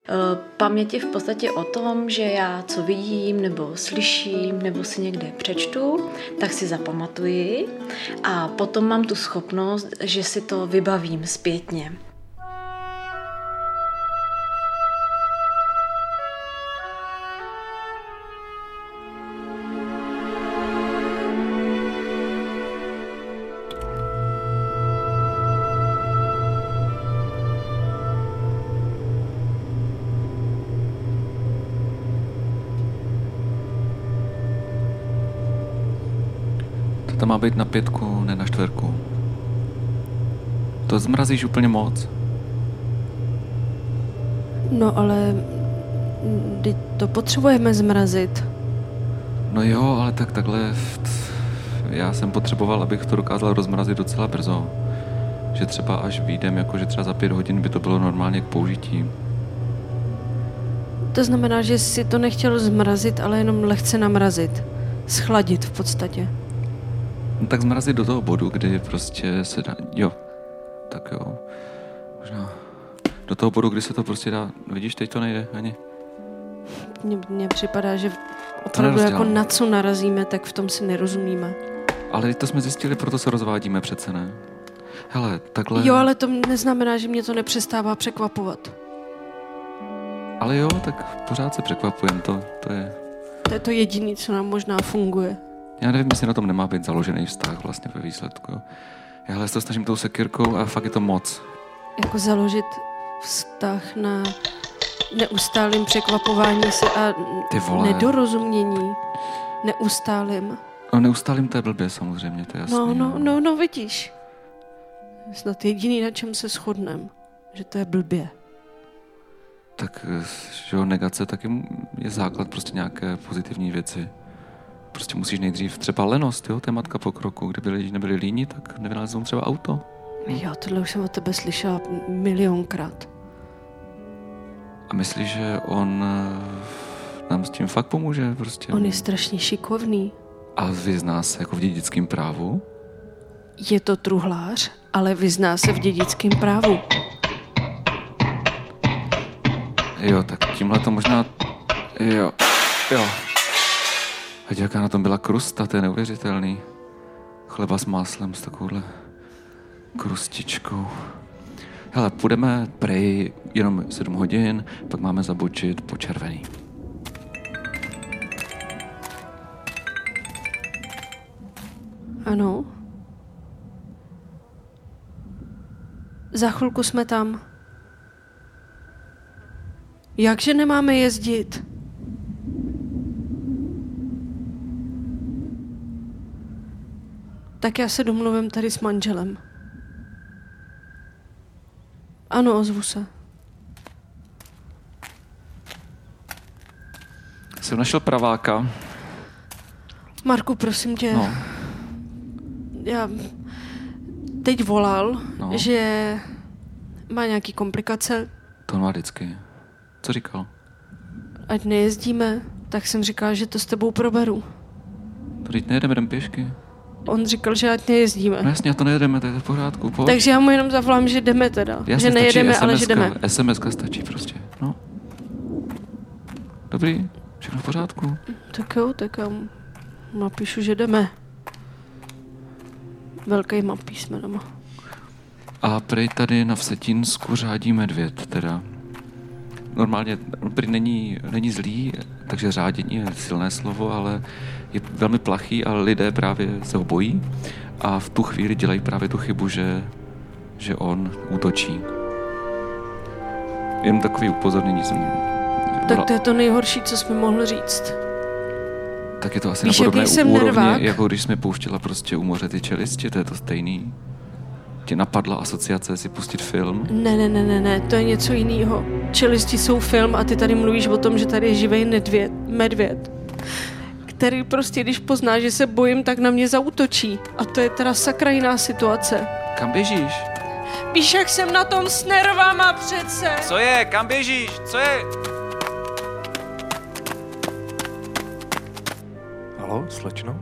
Paměť je v podstatě o tom, že já co vidím, nebo slyším, nebo si někde přečtu, tak si zapamatuji a potom mám tu schopnost, že si to vybavím zpětně. To má být na 5, ne na 4. To zmrazíš úplně moc. No ale to potřebujeme zmrazit. No jo, ale takhle já jsem potřeboval, abych to dokázal rozmrazit docela brzo. Že třeba až vyjdem, jakože třeba za 5 hodin by to bylo normálně k použití. To znamená, že si to nechtěl zmrazit, ale jenom lehce namrazit. Schladit v podstatě. No tak zmrazit do toho bodu, kdy prostě se dá, jo, tak jo, možná do toho bodu, kdy se to prostě dá, vidíš, teď to nejde ani. Mně připadá, že opravdu jako na co narazíme, tak v tom si nerozumíme. Ale to jsme zjistili, proto se rozvádíme přece, ne? Hele, takhle... Jo, ale to neznamená, že mě to nepřestává překvapovat. Ale jo, tak pořád se překvapujem, to je... To je to jediné, co nám možná funguje. Já nevím, jestli na tom nemá být založený vztah vlastně ve výsledku. Jo. Já se to snažím tou sekírkou a fakt je to moc. Jako založit vztah na neustálým překvapování se a nedorozumění. Neustálým. No neustálým to je blbě samozřejmě, to je jasný. No, vidíš. Snad jediný, na čem se shodneme, že to je blbě. Tak, že jo, negace taky je základ prostě nějaké pozitivní věci. Prostě musíš nejdřív třeba lenost, jo, to je matka pokroku. Kdyby lidi nebyli líní, tak nevynaleznou třeba auto. Jo, tohle už jsem od tebe slyšela milionkrát. A myslíš, že on nám s tím fakt pomůže prostě? On je strašně šikovný. A vyzná se jako v dědickém právu? Je to truhlář, ale vyzná se v dědickém právu. Jo, tak tímhle to možná... Jo. A jaká na tom byla krusta, to je neuvěřitelný. Chleba s máslem, s takovouhle krustičkou. Hele, půjdeme prej jenom 7 hodin, pak máme zabočit po červený. Ano. Za chvilku jsme tam. Jakže nemáme jezdit? Tak já se domluvím tady s manželem. Ano, ozvu se. Jsem našel praváka. Marku, prosím tě. No. Já teď volal, že má nějaký komplikace. To má vždycky. Co říkal? Ať nejezdíme, tak jsem říkal, že to s tebou proberu. To teď nejedeme, jdem pěšky. On říkal, že ať nejezdíme. No jasně, a to nejedeme, to je v pořádku. Pojď. Takže já mu jenom zavolám, že jdeme teda. Jasně, že nejedeme, SMS-ka, ale že jdeme. SMS-ka stačí prostě, no. Dobrý, všechno v pořádku. Tak já napíšu, že jdeme. Velkýma písmenama. A prej tady na Vsetínsku řádí medvěd, teda. Normálně prý není zlý, takže řádění je silné slovo, ale je velmi plachý a lidé právě se ho bojí a v tu chvíli dělají právě tu chybu, že on útočí. Jen takový upozornění jsem... Tak to je to nejhorší, co jsme mohli říct. Tak je to asi na podobné úrovni, jako když jsme pouštěla prostě u moře ty čelisti, to je to stejný. Tě napadla asociace si pustit film? Ne, to je něco jiného. Čelisti jsou film a ty tady mluvíš o tom, že tady je živej medvěd, který prostě, když pozná, že se bojím, tak na mě zaútočí. A to je teda sakra jiná situace. Kam běžíš? Víš, jak jsem na tom s nervama přece. Co je? Kam běžíš? Co je? Haló, slečno?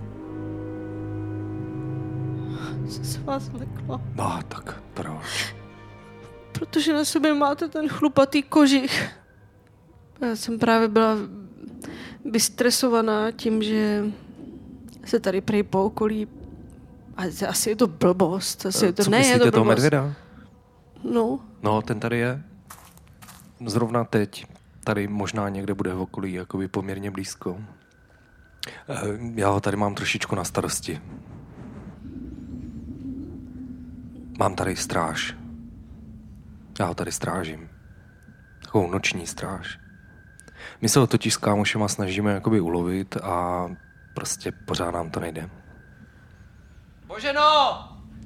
Co se vás lekla? No, tak proč? Protože na sobě máte ten chlupatý kožich. Já jsem právě byla vystresovaná tím, že se tady prej po okolí... Asi je to blbost. Asi je to, Co ne, myslíte je to toho blbost. medvěda? No. No, ten tady je. Zrovna teď. Tady možná někde bude v okolí, jakoby poměrně blízko. Já ho tady mám trošičku na starosti. Mám tady stráž. Já ho tady strážím. Takovou noční stráž. My se ho totiž s kámošema snažíme jakoby ulovit a prostě pořád nám to nejde. Boženo!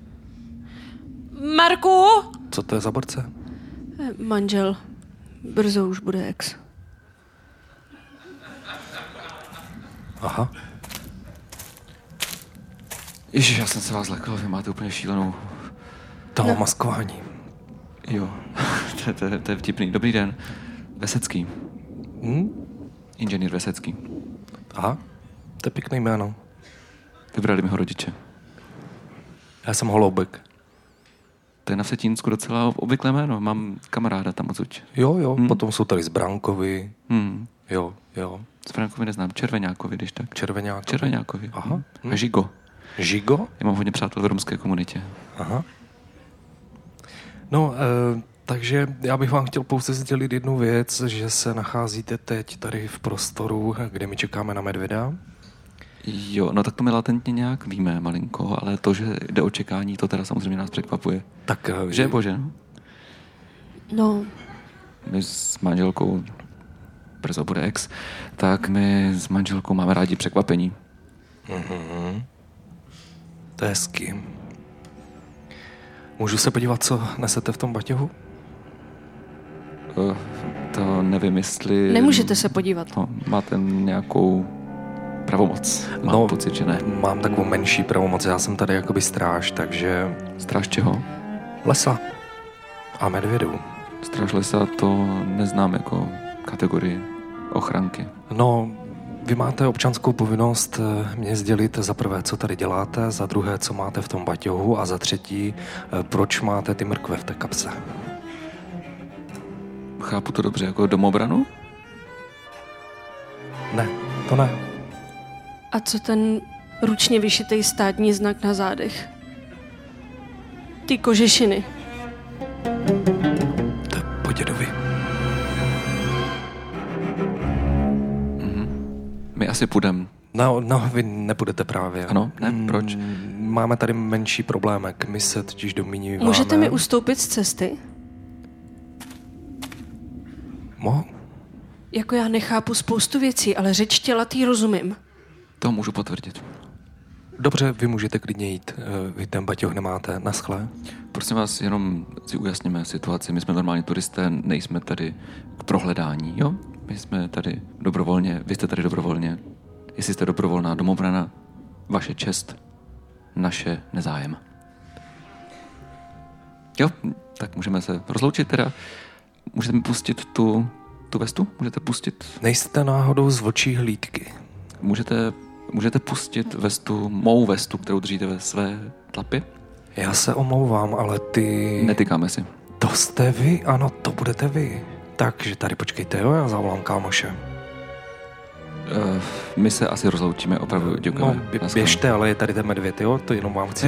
Marku! Co to je za borce? Manžel. Brzo už bude ex. Aha. Ježiš, já jsem se vás lekal, vy máte úplně šílenou... Toho maskování. Jo, to je vtipný. Dobrý den. Vesecký. Inženýr Vesecký. Aha, to je pěkný jméno. Vybrali mi ho rodiče. Já jsem Holoubek. To je na Vsetínsku docela obvyklé jméno. Mám kamaráda tam odsuť. Jo, potom jsou tady Zbránkovi. Jo. Zbránkovi neznám. Červeňákovi, když tak. Červeňákovi. Aha. A Žigo. Žigo? Já mám hodně přátel v romské komunitě. Aha. No, takže já bych vám chtěl pouze sdělit jednu věc, že se nacházíte teď tady v prostoru, kde my čekáme na medvěda. Jo, no tak to my latentně nějak víme malinko, ale to, že jde o čekání, to teda samozřejmě nás překvapuje. Tak, že bože, no? No. My s manželkou, brzo bude ex, tak my s manželkou máme rádi překvapení. To je hezky. Můžu se podívat, co nesete v tom baťohu? To nevím, jestli... Nemůžete se podívat. No, máte nějakou pravomoc? Mám pocit, že ne. Mám takovou menší pravomoc. Já jsem tady jakoby stráž, takže... Stráž čeho? Lesa. A medvědů. Stráž lesa to neznám jako kategorii ochranky. No, vy máte občanskou povinnost mě sdělit za prvé, co tady děláte, za druhé, co máte v tom baťohu a za třetí, proč máte ty mrkve v té kapse. Chápu to dobře, jako domobranu? Ne, to ne. A co ten ručně vyšitý státní znak na zádech? Ty kožešiny. To je po dědovi. My asi půjdeme. No, vy nepůjdete právě. Ano? Ne? Proč? Máme tady menší problémek. My se totiž domníváme... Můžete mi ustoupit z cesty? Mohu? Jako já nechápu spoustu věcí, ale řeč těla tý rozumím. To můžu potvrdit. Dobře, vy můžete klidně jít. Vy ten baťoh nemáte. Naschle. Prosím vás, jenom si ujasníme situaci. My jsme normální turisté, nejsme tady k prohledání, jo? My jsme tady dobrovolně, vy jste tady dobrovolně. Jestli jste dobrovolná domobrana, vaše čest, naše nezájem. Jo, tak můžeme se rozloučit teda. Můžete mi pustit tu vestu? Můžete pustit? Nejste náhodou z vlčí hlídky. Můžete pustit vestu, mou vestu, kterou držíte ve své tlapě? Já se omlouvám, ale ty... Netýkáme si. To jste vy? Ano, to budete vy. Takže tady počkejte, jo, já zavolám kámoše. My se asi rozloučíme, opravdu děkujeme. No, běžte, ale je tady ten medvěd, jo? To jenom vám chci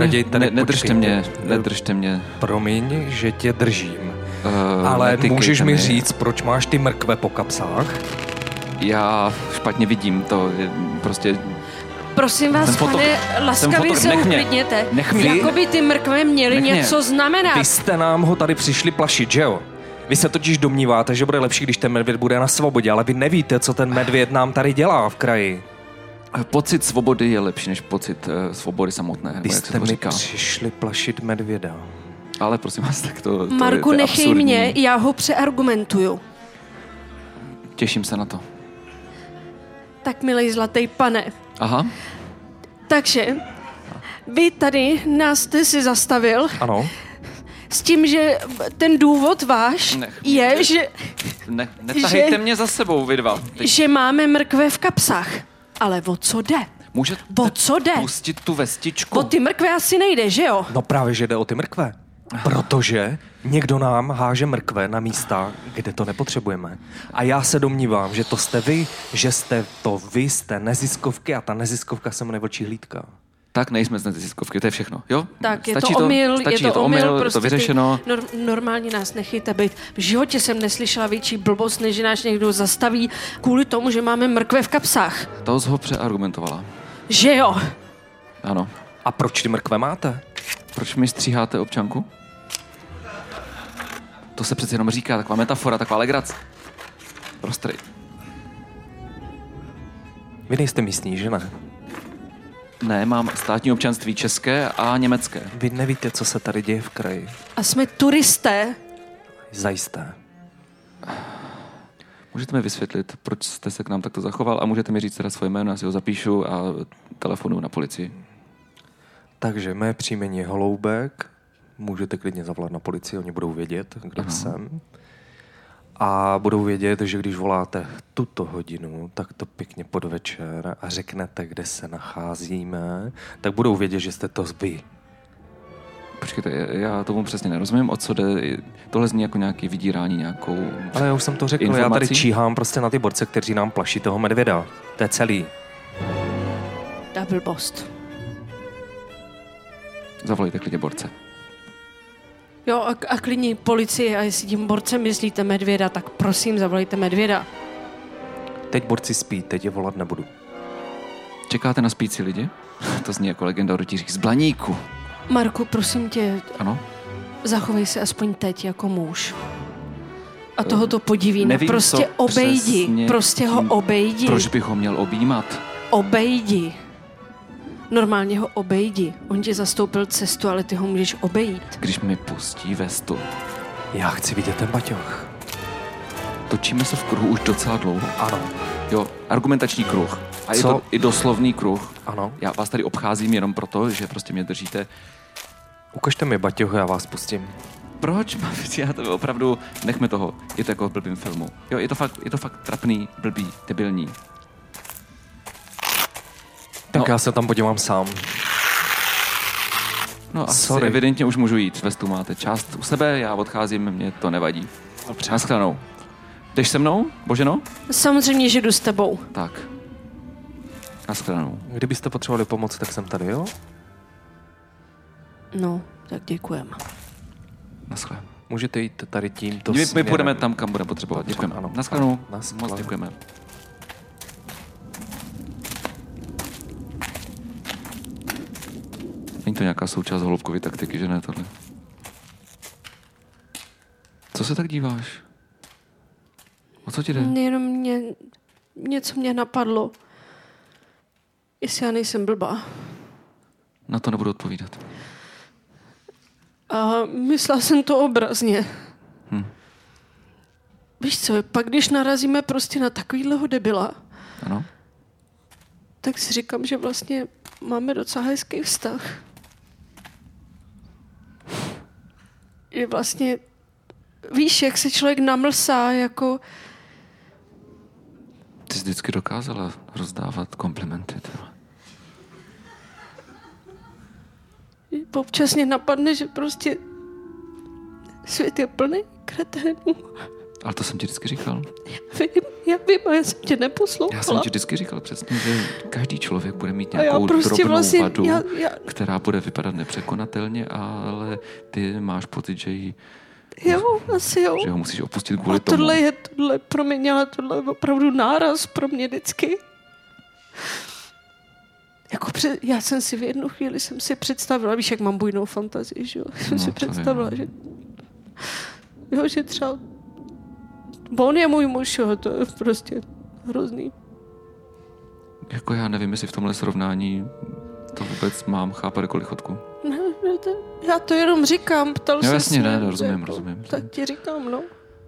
Nedržte mě. Promiň, že tě držím. Ale můžeš mi říct, proč máš ty mrkve po kapsách? Já špatně vidím, to je prostě... Prosím vás, pane, laskavě se uklidněte. Jakoby ty mrkve měly něco znamenat. Vy jste nám ho tady přišli plašit, že jo? Vy se totiž domníváte, že bude lepší, když ten medvěd bude na svobodě, ale vy nevíte, co ten medvěd nám tady dělá v kraji. Pocit svobody je lepší než pocit svobody samotné. Vy jste mi přišli plašit medvěda. Ale prosím vás, tak to Marku, je nechej absurdní. mě, já ho přeargumentuju. Těším se na to. Tak, milej zlatý pane. Aha. Takže, vy tady nás jste si zastavil. Ano. S tím, že ten důvod váš je, že... Netahejte mě za sebou, vy dva. Že máme mrkve v kapsách. Ale o co jde? Můžete o co jde? pustit tu vestičku? O ty mrkve asi nejde, že jo? No právě, že jde o ty mrkve. Protože někdo nám háže mrkve na místa, kde to nepotřebujeme. A já se domnívám, že to jste vy, jste neziskovky a ta neziskovka se jmenuje Vlčí hlídka. Tak nejsme z neziskovky, to je všechno, jo? Tak, je Stačí to omyl, stačí, je to omyl, je to vyřešeno. Normálně nás nechyťte být. V životě jsem neslyšela větší blbost, než že nás někdo zastaví kvůli tomu, že máme mrkve v kapsách. To jsi ho přeargumentovala. Že jo? Ano. A proč ty mrkve máte? Proč mi stříháte občanku? To se přece jenom říká, taková metafora, taková legrace. Prostrej. Vy nejste místní, že ne? Ne, mám státní občanství české a německé. Vy nevíte, co se tady děje v kraji. A jsme turisté. Zajisté. Můžete mi vysvětlit, proč jste se k nám takto zachoval a můžete mi říct teda svoje jméno, já si ho zapíšu a telefonu na policii. Takže mé příjmení je Holoubek. Můžete klidně zavolat na policii, oni budou vědět, kdo jsem. A budou vědět, že když voláte tuto hodinu, tak to pěkně podvečer a řeknete, kde se nacházíme, tak budou vědět, že jste to vy. Počkejte, já tomu přesně nerozumím, o co jde. Tohle zní jako nějaký vydírání, nějakou Ale já už jsem to řekl, informací? Já tady číhám prostě na ty borce, kteří nám plaší toho medvěda. To je celý. Double bost. Zavolejte klidně borce. Jo, a klidně policii, a jestli tím borcem myslíte medvěda, tak prosím, zavolejte medvěda. Teď borci spí, teď je volat nebudu. Čekáte na spící lidi? To zní jako legenda o rytířích z Blaníku. Marku, prosím tě, Ano? zachovej se aspoň teď jako muž. A tohoto podivína. Nevím, Prostě co obejdi. přesně Prostě ho obejdi. Proč bych ho měl objímat? Obejdi. Normálně ho obejdi. On ti zastoupil cestu, ale ty ho můžeš obejít. Když mi pustí vestu. Já chci vidět ten baťoch. Točíme se v kruhu už docela dlouho. Ano. Jo, argumentační kruh. A je Co? to i doslovný kruh. Ano. Já vás tady obcházím jenom proto, že prostě mě držíte. Ukažte mi baťoch, já vás pustím. Proč? Já to opravdu, nechme toho. Je to jako v blbým filmu. Jo, je to fakt trapný, blbý, debilní. Tak já se tam podívám sám. No asi Sorry. evidentně už můžu jít. Vestu máte část u sebe, já odcházím, mě to nevadí. Dobře. Naschledanou. Jdeš se mnou, Boženo? Samozřejmě, že jdu s tebou. Tak. Naschledanou. Kdybyste potřebovali pomoc, tak jsem tady, jo? No, tak děkujem. Naschle. Můžete jít tady tímto My směrem. půjdeme tam, kam budeme potřebovat. Dobře, Děkujeme. ano. Naschledanou. Naschle. Moc děkujeme. Není to nějaká součást Holoubkovy taktiky, že ne tohle? Co se tak díváš? O co ti jde? Jenom něco mě napadlo. Jestli já nejsem blbá. Na to nebudu odpovídat. A myslela jsem to obrazně. Víš co, pak když narazíme prostě na takovýhleho debila, Ano? tak si říkám, že vlastně máme docela hezký vztah. Že vlastně, víš, jak se člověk namlsá, jako... Ty jsi vždycky dokázala rozdávat komplimenty. Teda. Občas mě napadne, že prostě svět je plný kreténů. Ale to jsem ti vždycky říkal. Já vím, a já jsem tě neposlouchala. Já jsem ti vždycky říkal přesně, že každý člověk bude mít A já nějakou prostě drobnou vlastně- vadu, já- která bude vypadat nepřekonatelně, ale ty máš pocit, že Jo, asi jo. ho musíš opustit kvůli A tomu. tohle, promiň, ale tohle je opravdu náraz pro mě vždycky. Jako já jsem si v jednu chvíli jsem si představila, víš, jak mám bujnou fantazii, že jo? Jsem si to představila, vím. že třeba on je můj muž, jo, to je prostě hrozný. Jako já nevím, jestli v tomhle srovnání to vůbec mám chápat jako lichotku. Ne, já to jenom říkám, ptal Jo, jsem jasně, se, ne, rozumím. Tak ti říkám, no.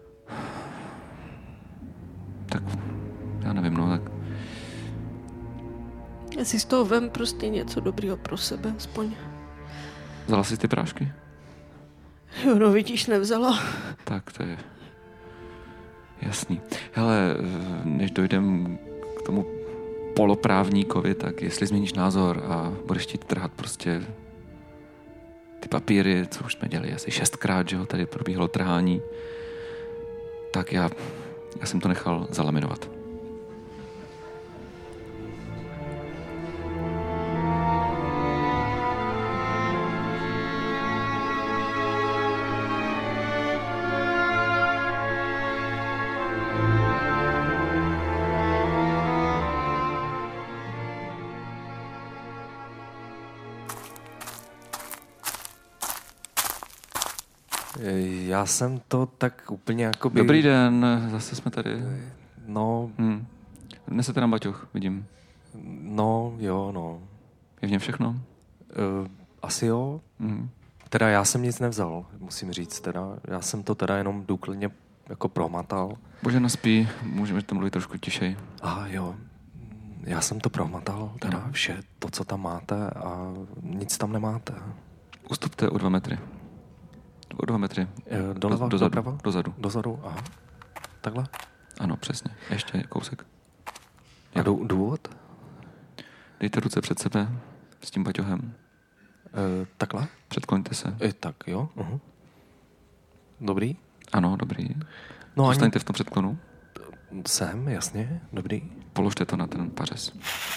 Tak já nevím, no tak Já si z toho vem prostě něco dobrýho pro sebe, aspoň. vzala jsi ty prášky? Jo, no vidíš, nevzala. Tak to je jasný. Hele, než dojdem k tomu poloprávníkovi, tak jestli změníš názor a budeš chtít trhat prostě ty papíry, co už jsme dělali asi 6krát, že jo, tady probíhalo trhání, tak já jsem to nechal zalaminovat. Já jsem to tak úplně jakoby... Dobrý den, zase jsme tady. No... Nesete nám baťoch, vidím. No, jo, no. Je v něm všechno? Asi jo. Teda já jsem nic nevzal, musím říct. Teda, já jsem to teda jenom důkladně jako prohmatal. Božena spí, můžeme tam mluvit trošku tišej. A jo, já jsem to prohmatal, teda vše, to, co tam máte a nic tam nemáte. Ustupte o 2 metry. O 2 metry. Doleva, doprava? Dozadu. Dozadu, aha. Takhle? Ano, přesně. Ještě kousek. A důvod? Dejte ruce před sebe s tím baťohem. Takhle? Předkloňte se. Tak jo. Dobrý? Ano, dobrý. No zůstaňte v tom předklonu. Jsem, jasně, dobrý. Položte to na ten pařez.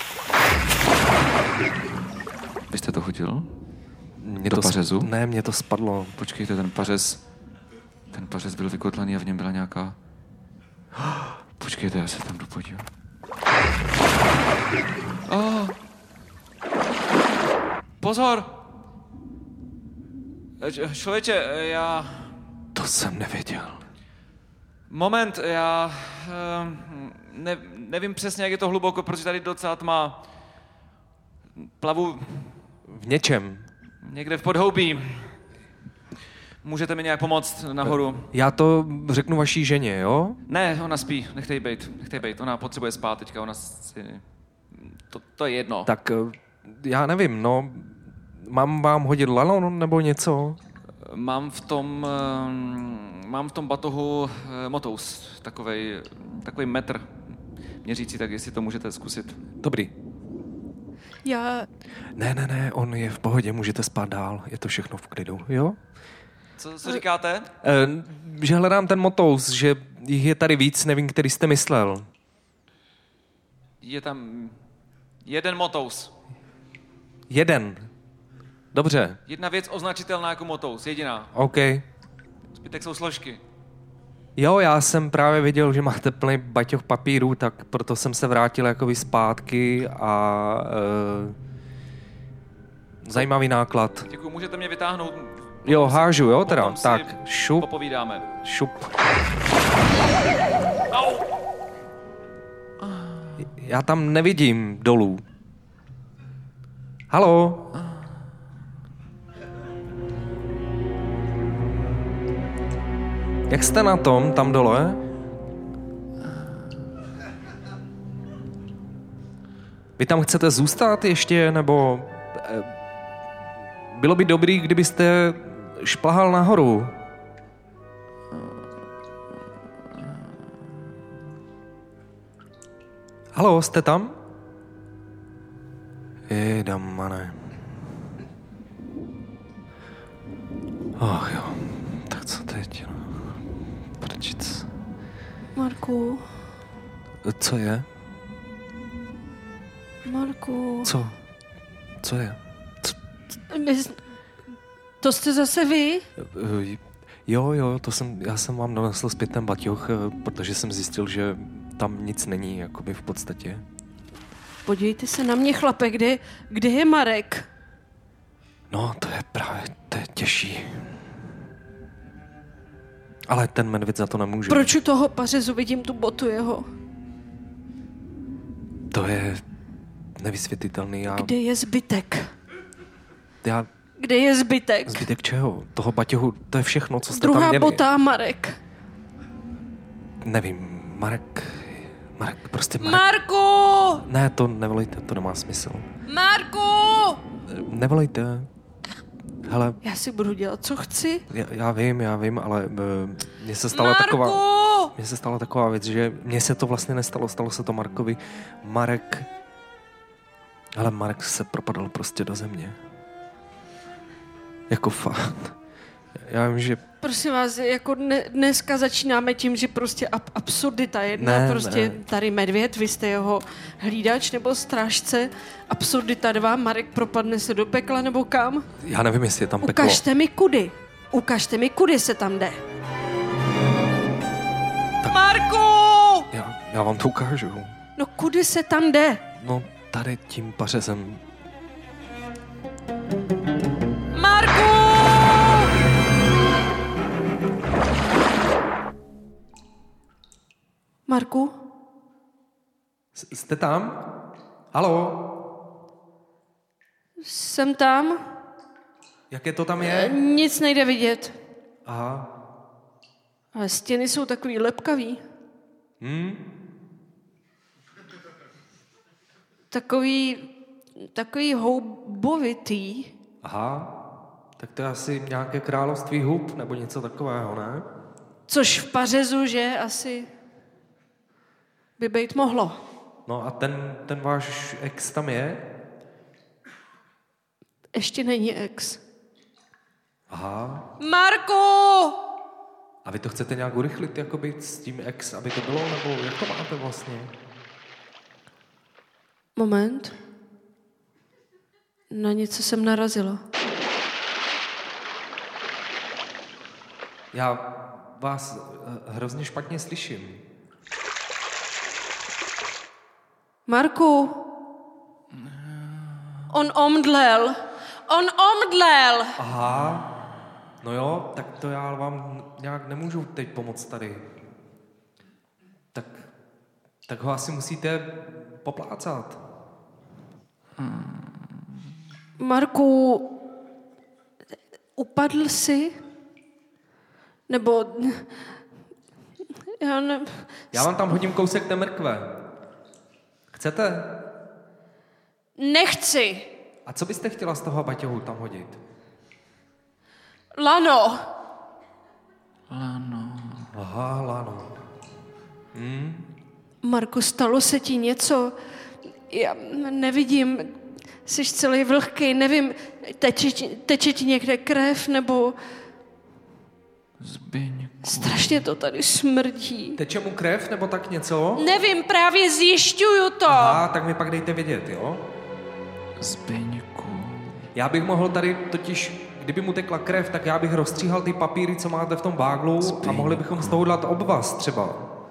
Vy jste to hodil? Do pařezu? Ne, mě to spadlo. Počkejte, ten pařez byl vykotlený a v něm byla nějaká... Počkejte, já se tam jdu podívat. Pozor! Člověče, já... To jsem nevěděl. Moment, já... nevím přesně, jak je to hluboko, protože tady docela tma. Plavu... V něčem. Někde v podhoubí. Můžete mi nějak pomoct nahoru? Já to řeknu vaší ženě, jo? Ne, ona spí, nechte jí bejt. Ona potřebuje spát teďka, ona si... To je jedno. Tak já nevím, no... Mám vám hodit lalon nebo něco? Mám v tom batohu motous, takovej metr měřící, tak jestli to můžete zkusit. Dobrý. Ne, on je v pohodě, můžete spát dál, je to všechno v klidu, jo? Co říkáte? Že hledám ten motous, že jich je tady víc, nevím, který jste myslel. Je tam jeden motous. Jeden. Dobře. Jedna věc označitelná jako motous, jediná. OK. Zbytek jsou složky. Jo, já jsem právě viděl, že máte plný baťoch papírů, tak proto jsem se vrátil jakoby zpátky a zajímavý náklad. Děkuji, můžete mě vytáhnout. Jo, hážu, jo, teda. Tak, šup. Popovídáme. Šup. Já tam nevidím dolů. Haló? Jak jste na tom, tam dole? Vy tam chcete zůstat ještě, nebo... Bylo by dobrý, kdybyste šplhal nahoru. Haló, jste tam? Jedamane. Jo, tak co teď? Prčic. Marku. Co je? Marku. Co je? To jste zase vy? Jo, já jsem vám donesl zpět ten baťoch, protože jsem zjistil, že tam nic není, jakoby v podstatě. Podívejte se na mě, chlape, kde je Marek? No, to je těžší. Ale ten medvěd za to nemůže. Proč u toho pařezu vidím tu botu jeho? To je nevysvětlitelný. Kde je zbytek? Já... Kde je zbytek? Zbytek čeho? Toho baťohu, to je všechno, co jste Druhá tam měli. bota, Marek. Nevím, Marek, prostě Marek. Marku! Ne, to nevolejte, to nemá smysl. Marku! Nevolejte. Hele. Já si budu dělat, co chci. Já vím, ale mně se stala taková věc, že mně se to vlastně nestalo, stalo se to Markovi. Marek se propadl prostě do země. Jako fakt. Já vím, že... Prosím vás, jako dneska začínáme tím, že prostě absurdita jedna, Ne, prostě ne. tady medvěd, vy jste jeho hlídač nebo strážce, absurdita 2, Marek propadne se do pekla nebo kam? Já nevím, jestli je tam peklo. Ukažte mi, kudy se tam jde. Marku! Já vám to ukážu. No kudy se tam jde? No tady tím pařezem. Marku! Marku? Jste tam? Haló? Jsem tam? Jaké to tam je? Nic nejde vidět. Aha. Ale stěny jsou takový lepkavý. Takový houbovitý. Aha. Tak to je asi nějaké království hub nebo něco takového, ne? Což v pařezu, že asi by být mohlo. No a ten váš ex tam je? Ještě není ex. Aha. Marku! A vy to chcete nějak urychlit, jakoby s tím ex, aby to bylo, nebo jak to máte vlastně? Moment. Na něco jsem narazila. Já vás hrozně špatně slyším. Marku! On omdlel! Aha. No jo, tak to já vám nějak nemůžu teď pomoct tady. Tak ho asi musíte poplácat. Marku, upadl jsi? Nebo... Já vám tam hodím kousek té mrkve. Chcete? Nechci. A co byste chtěla z toho baťohu tam hodit? Lano. Aha, lano. Marku, stalo se ti něco? Já nevidím. Jsi celý vlhký, nevím. Teče ti někde krev, nebo... Zbyňku. Strašně to tady smrdí. Teče mu krev, nebo tak něco? Nevím, právě zjišťuju to. Aha, tak mi pak dejte vědět, jo? Zbyňku. Já bych mohl tady totiž, kdyby mu tekla krev, tak já bych rozstříhal ty papíry, co máte v tom báglu a mohli bychom z toho udělat obvaz třeba.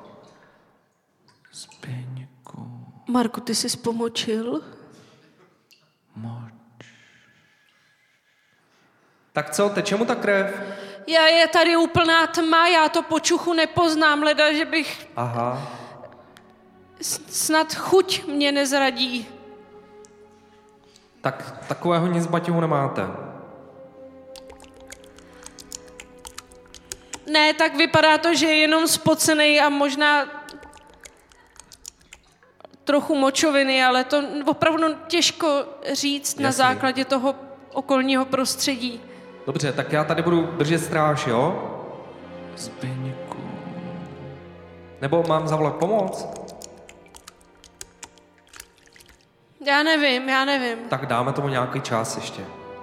Zbyňku. Marku, ty jsi pomočil? Moč. Tak co, teče mu ta krev? Je tady úplná tma, já to po čuchu nepoznám, leda, že bych... Aha. Snad chuť mě nezradí. Tak takového nic baťohu nemáte. Ne, tak vypadá to, že je jenom spocenej a možná trochu močoviny, ale to opravdu těžko říct na základě toho okolního prostředí. Dobře, tak já tady budu držet stráž, jo? Zbyňku. Nebo mám zavolat pomoc? Já nevím. Tak dáme tomu nějaký čas ještě.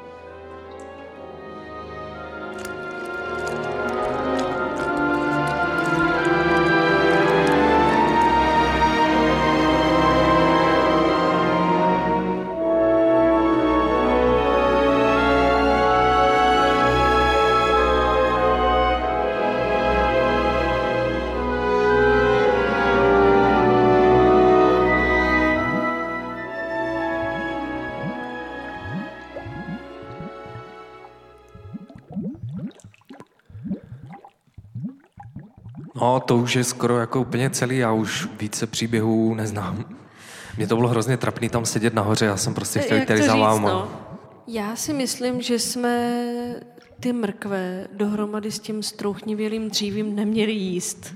No, to už je skoro jako úplně celý, já už více příběhů neznám. Mně to bylo hrozně trapný tam sedět nahoře, já jsem prostě chtěl jít tady za váma. No? Já si myslím, že jsme ty mrkve dohromady s tím strouchnivělým dřívím neměli jíst.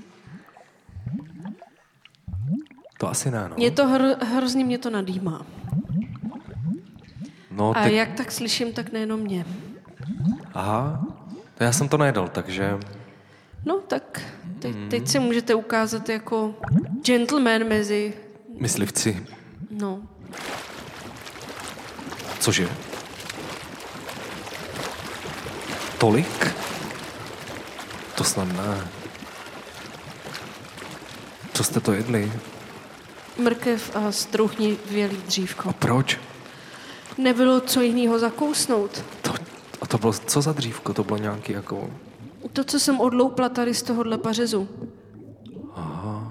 To asi ne, no. Mě to hrozně mě to nadýmá. No, A jak tak slyším, tak nejenom mě. Aha, to já jsem to nejedl, takže... No, tak teď se můžete ukázat jako gentleman mezi... Myslivci. No. Cože? Tolik? To snad ne. Co jste to jedli? Mrkev a strouchnivělý dřívko. A proč? Nebylo co jiného zakousnout. A to bylo co za dřívko? To bylo nějaký jako... To, co jsem odloupla tady z tohohle pařezu. Aha.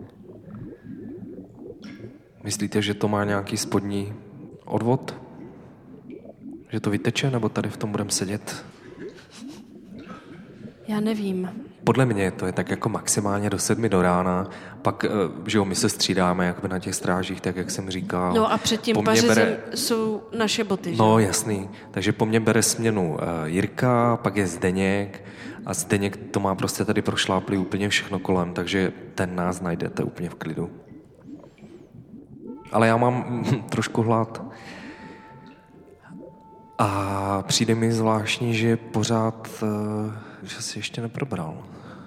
Myslíte, že to má nějaký spodní odvod? Že to vyteče, nebo tady v tom budeme sedět? Já nevím. Podle mě to je tak jako maximálně do 7 do rána, pak, že jo, my se střídáme jakoby na těch strážích, tak jak jsem říkal. No a před tím pařezem jsou naše boty, že? No jasný, takže po mně bere směnu Jirka, pak je Zdeněk a Zdeněk to má prostě tady prošláplý úplně všechno kolem, takže ten nás najdete úplně v klidu. Ale já mám trošku hlad. A přijde mi zvláštní, že pořád, že si ještě neprobral.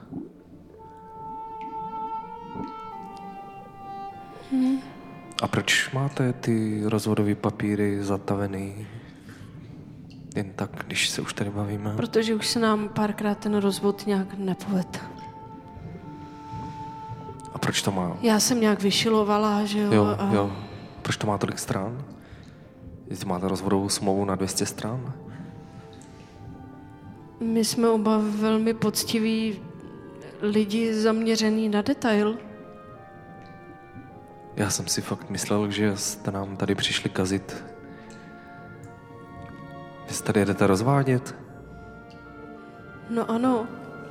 A proč máte ty rozvodové papíry zatavený jen tak, když se už tady bavíme? Protože už se nám párkrát ten rozvod nějak nepoved. A proč to má? Já jsem nějak vyšilovala, že jo? Jo. Proč to má tolik stran? Jestli máte rozvodovou smlouvu na 200 stran? My jsme oba velmi poctiví lidi zaměřený na detail. Já jsem si fakt myslel, že jste nám tady přišli kazit. Vy se tady jedete rozvádět? No ano.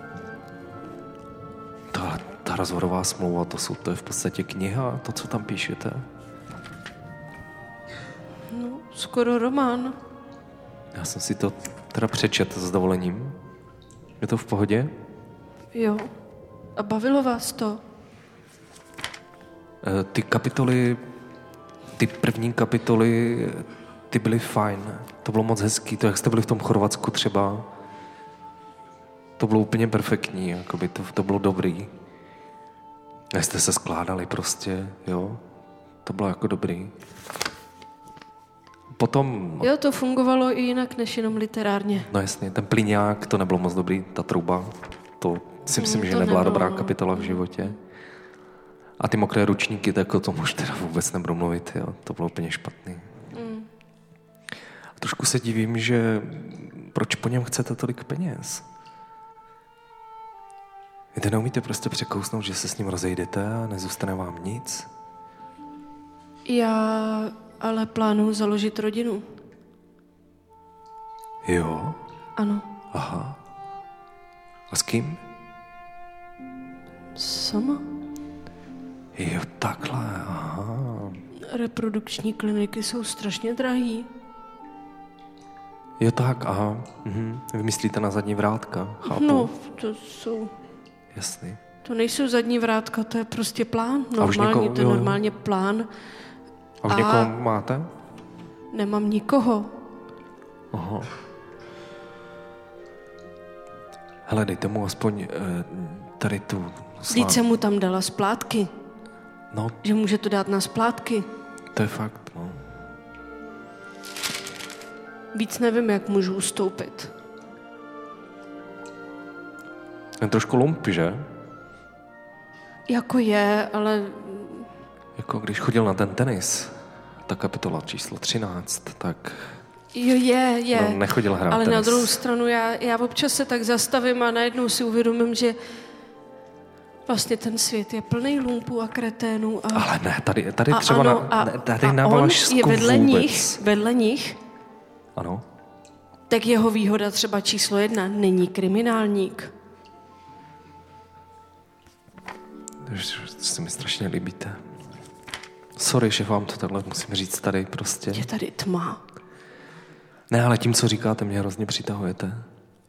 Ta rozvodová smlouva, to je v podstatě kniha, to, co tam píšete. No, skoro román. Já jsem si to teda přečetl s dovolením. Je to v pohodě? Jo. A bavilo vás to? Ty kapitoly, ty první kapitoly, ty byly fajn. To bylo moc hezký. To, jak jste byli v tom Chorvatsku třeba, to bylo úplně perfektní. Jakoby to bylo dobrý. Jak jste se skládali prostě, jo. To bylo jako dobrý. Potom... Jo, to fungovalo i jinak, než jenom literárně. No jasně, ten plyňák, to nebylo moc dobrý, ta trouba. To si myslím, že nebyla dobrá kapitola v životě. A ty mokré ručníky, tak o tom už teda vůbec nebudu mluvit, jo. To bylo úplně špatný. A trošku se divím, že proč po něm chcete tolik peněz? Vy to neumíte prostě překousnout, že se s ním rozejdete a nezůstane vám nic? Já ale plánuju založit rodinu. Jo? Ano. Aha. A s kým? Sama? Jo, takhle, aha. Reprodukční kliniky jsou strašně drahý. Jo, tak, aha. Vy myslíte na zadní vrátka, chápu. No, to jsou... Jasný. To nejsou zadní vrátka, to je prostě plán. Normálně, to je normálně plán. A už někoho máte? Nemám nikoho. Aha. Hele, dejte mu aspoň tady tu Vždyť jsem mu tam dala splátky. No. Že může to dát na splátky. To je fakt, no. Víc nevím, jak můžu ustoupit. Je trošku lump, že? Jako je, ale... Jako když chodil na ten tenis, ta kapitola číslo 13, tak... Jo, je. No, nechodil hrát ale tenis. na druhou stranu já občas se tak zastavím a najednou si uvědomím, že vlastně ten svět je plný lumpů a kreténů. Ale ne, tady třeba ano, tady na Valašsku je vůbec. vedle nich. Ano. Tak jeho výhoda třeba číslo 1 není kriminálník. Se mi strašně líbíte. Sorry, že vám to takhle musím říct tady prostě. Je tady tma. Ne, ale tím, co říkáte, mě hrozně přitahujete.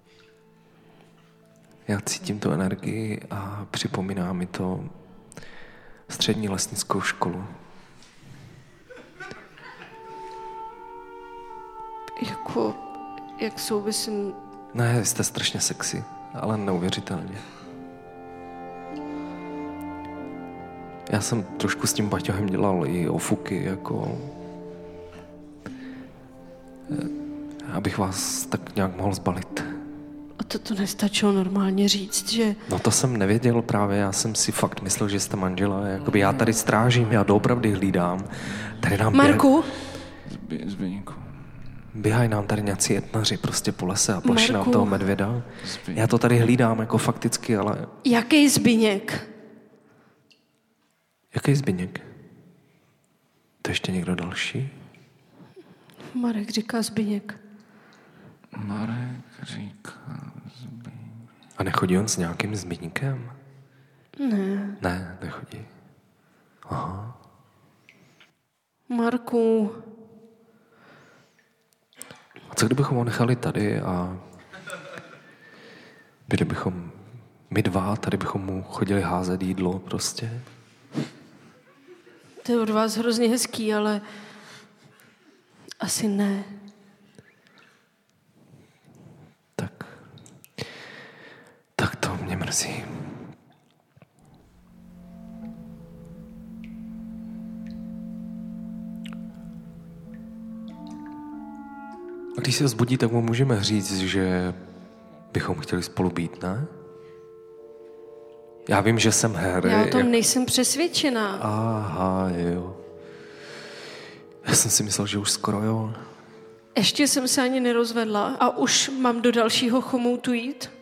Já cítím tu energii a připomíná mi to střední lesnickou školu. Jak souvisím... Ne, jste strašně sexy, ale neuvěřitelně. Já jsem trošku s tím Baťohem dělal i ofuky, jako... abych vás tak nějak mohl zbalit. to nestačilo normálně říct, že... No to jsem nevěděl právě, já jsem si fakt myslel, že jste manžela. Jakoby já tady strážím, já doopravdy hlídám. Tady nám Marku? Zbyňku. Běhají nám tady nějací etnaři prostě po lese a plaší nám Marku. toho medvěda. Já to tady hlídám jako fakticky, ale... Jaký Zbyněk? Jaký Zbyněk? To ještě někdo další? Marek říká Zbyněk. Marek říká Zbyněk. A nechodí on s nějakým Zbyňkem? Ne. Ne, nechodí. Aha. Marku. A co kdybychom ho nechali tady a byli bychom my dva, tady bychom mu chodili házet jídlo prostě? To je od vás hrozně hezký, ale asi ne. Tak to mě mrzí. A když se vzbudí, tak mu můžeme říct, že bychom chtěli spolu být, ne? Já vím, že jsem Harry. Já o tom nejsem přesvědčená. Aha, jo. Já jsem si myslel, že už skoro jo. Ještě jsem se ani nerozvedla a už mám do dalšího chomoutu jít?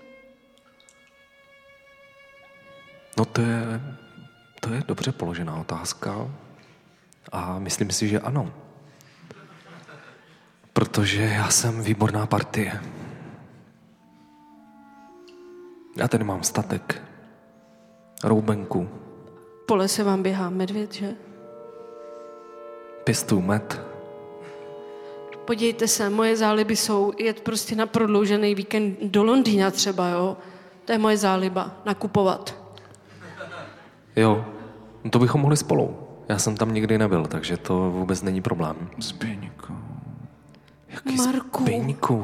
No to je dobře položená otázka a myslím si, že ano. Protože já jsem výborná partie. Já tady mám statek, roubenku, Po lese vám běhá medvěd, že? pěstuju med. Podívejte se, moje záliby jsou jet prostě na prodloužený víkend do Londýna třeba, jo? To je moje záliba, nakupovat. Jo, no to bychom mohli spolu. Já jsem tam nikdy nebyl, takže to vůbec není problém. Zbyňku. Jaký Marku. Zbyňku?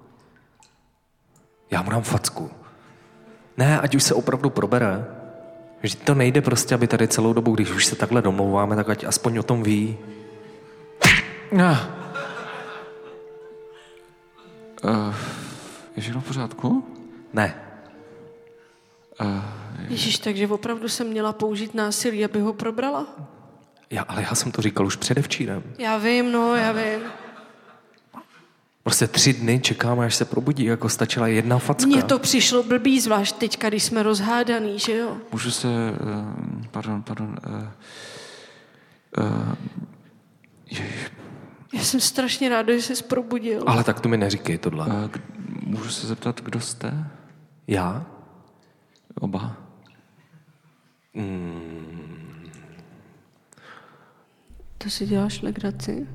Já mu dám facku. Ne, ať už se opravdu probere. Že to nejde prostě, aby tady celou dobu, když už se takhle domlouváme, tak ať aspoň o tom ví. Je všechno v pořádku? Ne. Ježíš, takže opravdu jsem měla použít násilí, aby ho probrala? Ale já jsem to říkal už předevčírem. Já vím. Prostě 3 dny čekáme, až se probudí, jako stačila jedna facka. Mně to přišlo blbý, zvlášť teďka, když jsme rozhádaný, že jo? Můžu se... Pardon. Ježiš. Já jsem strašně ráda, že jsi probudil. Ale tak to mi neříkej tohle. Můžu se zeptat, kdo jste? Já? Oba. To si děláš legraci?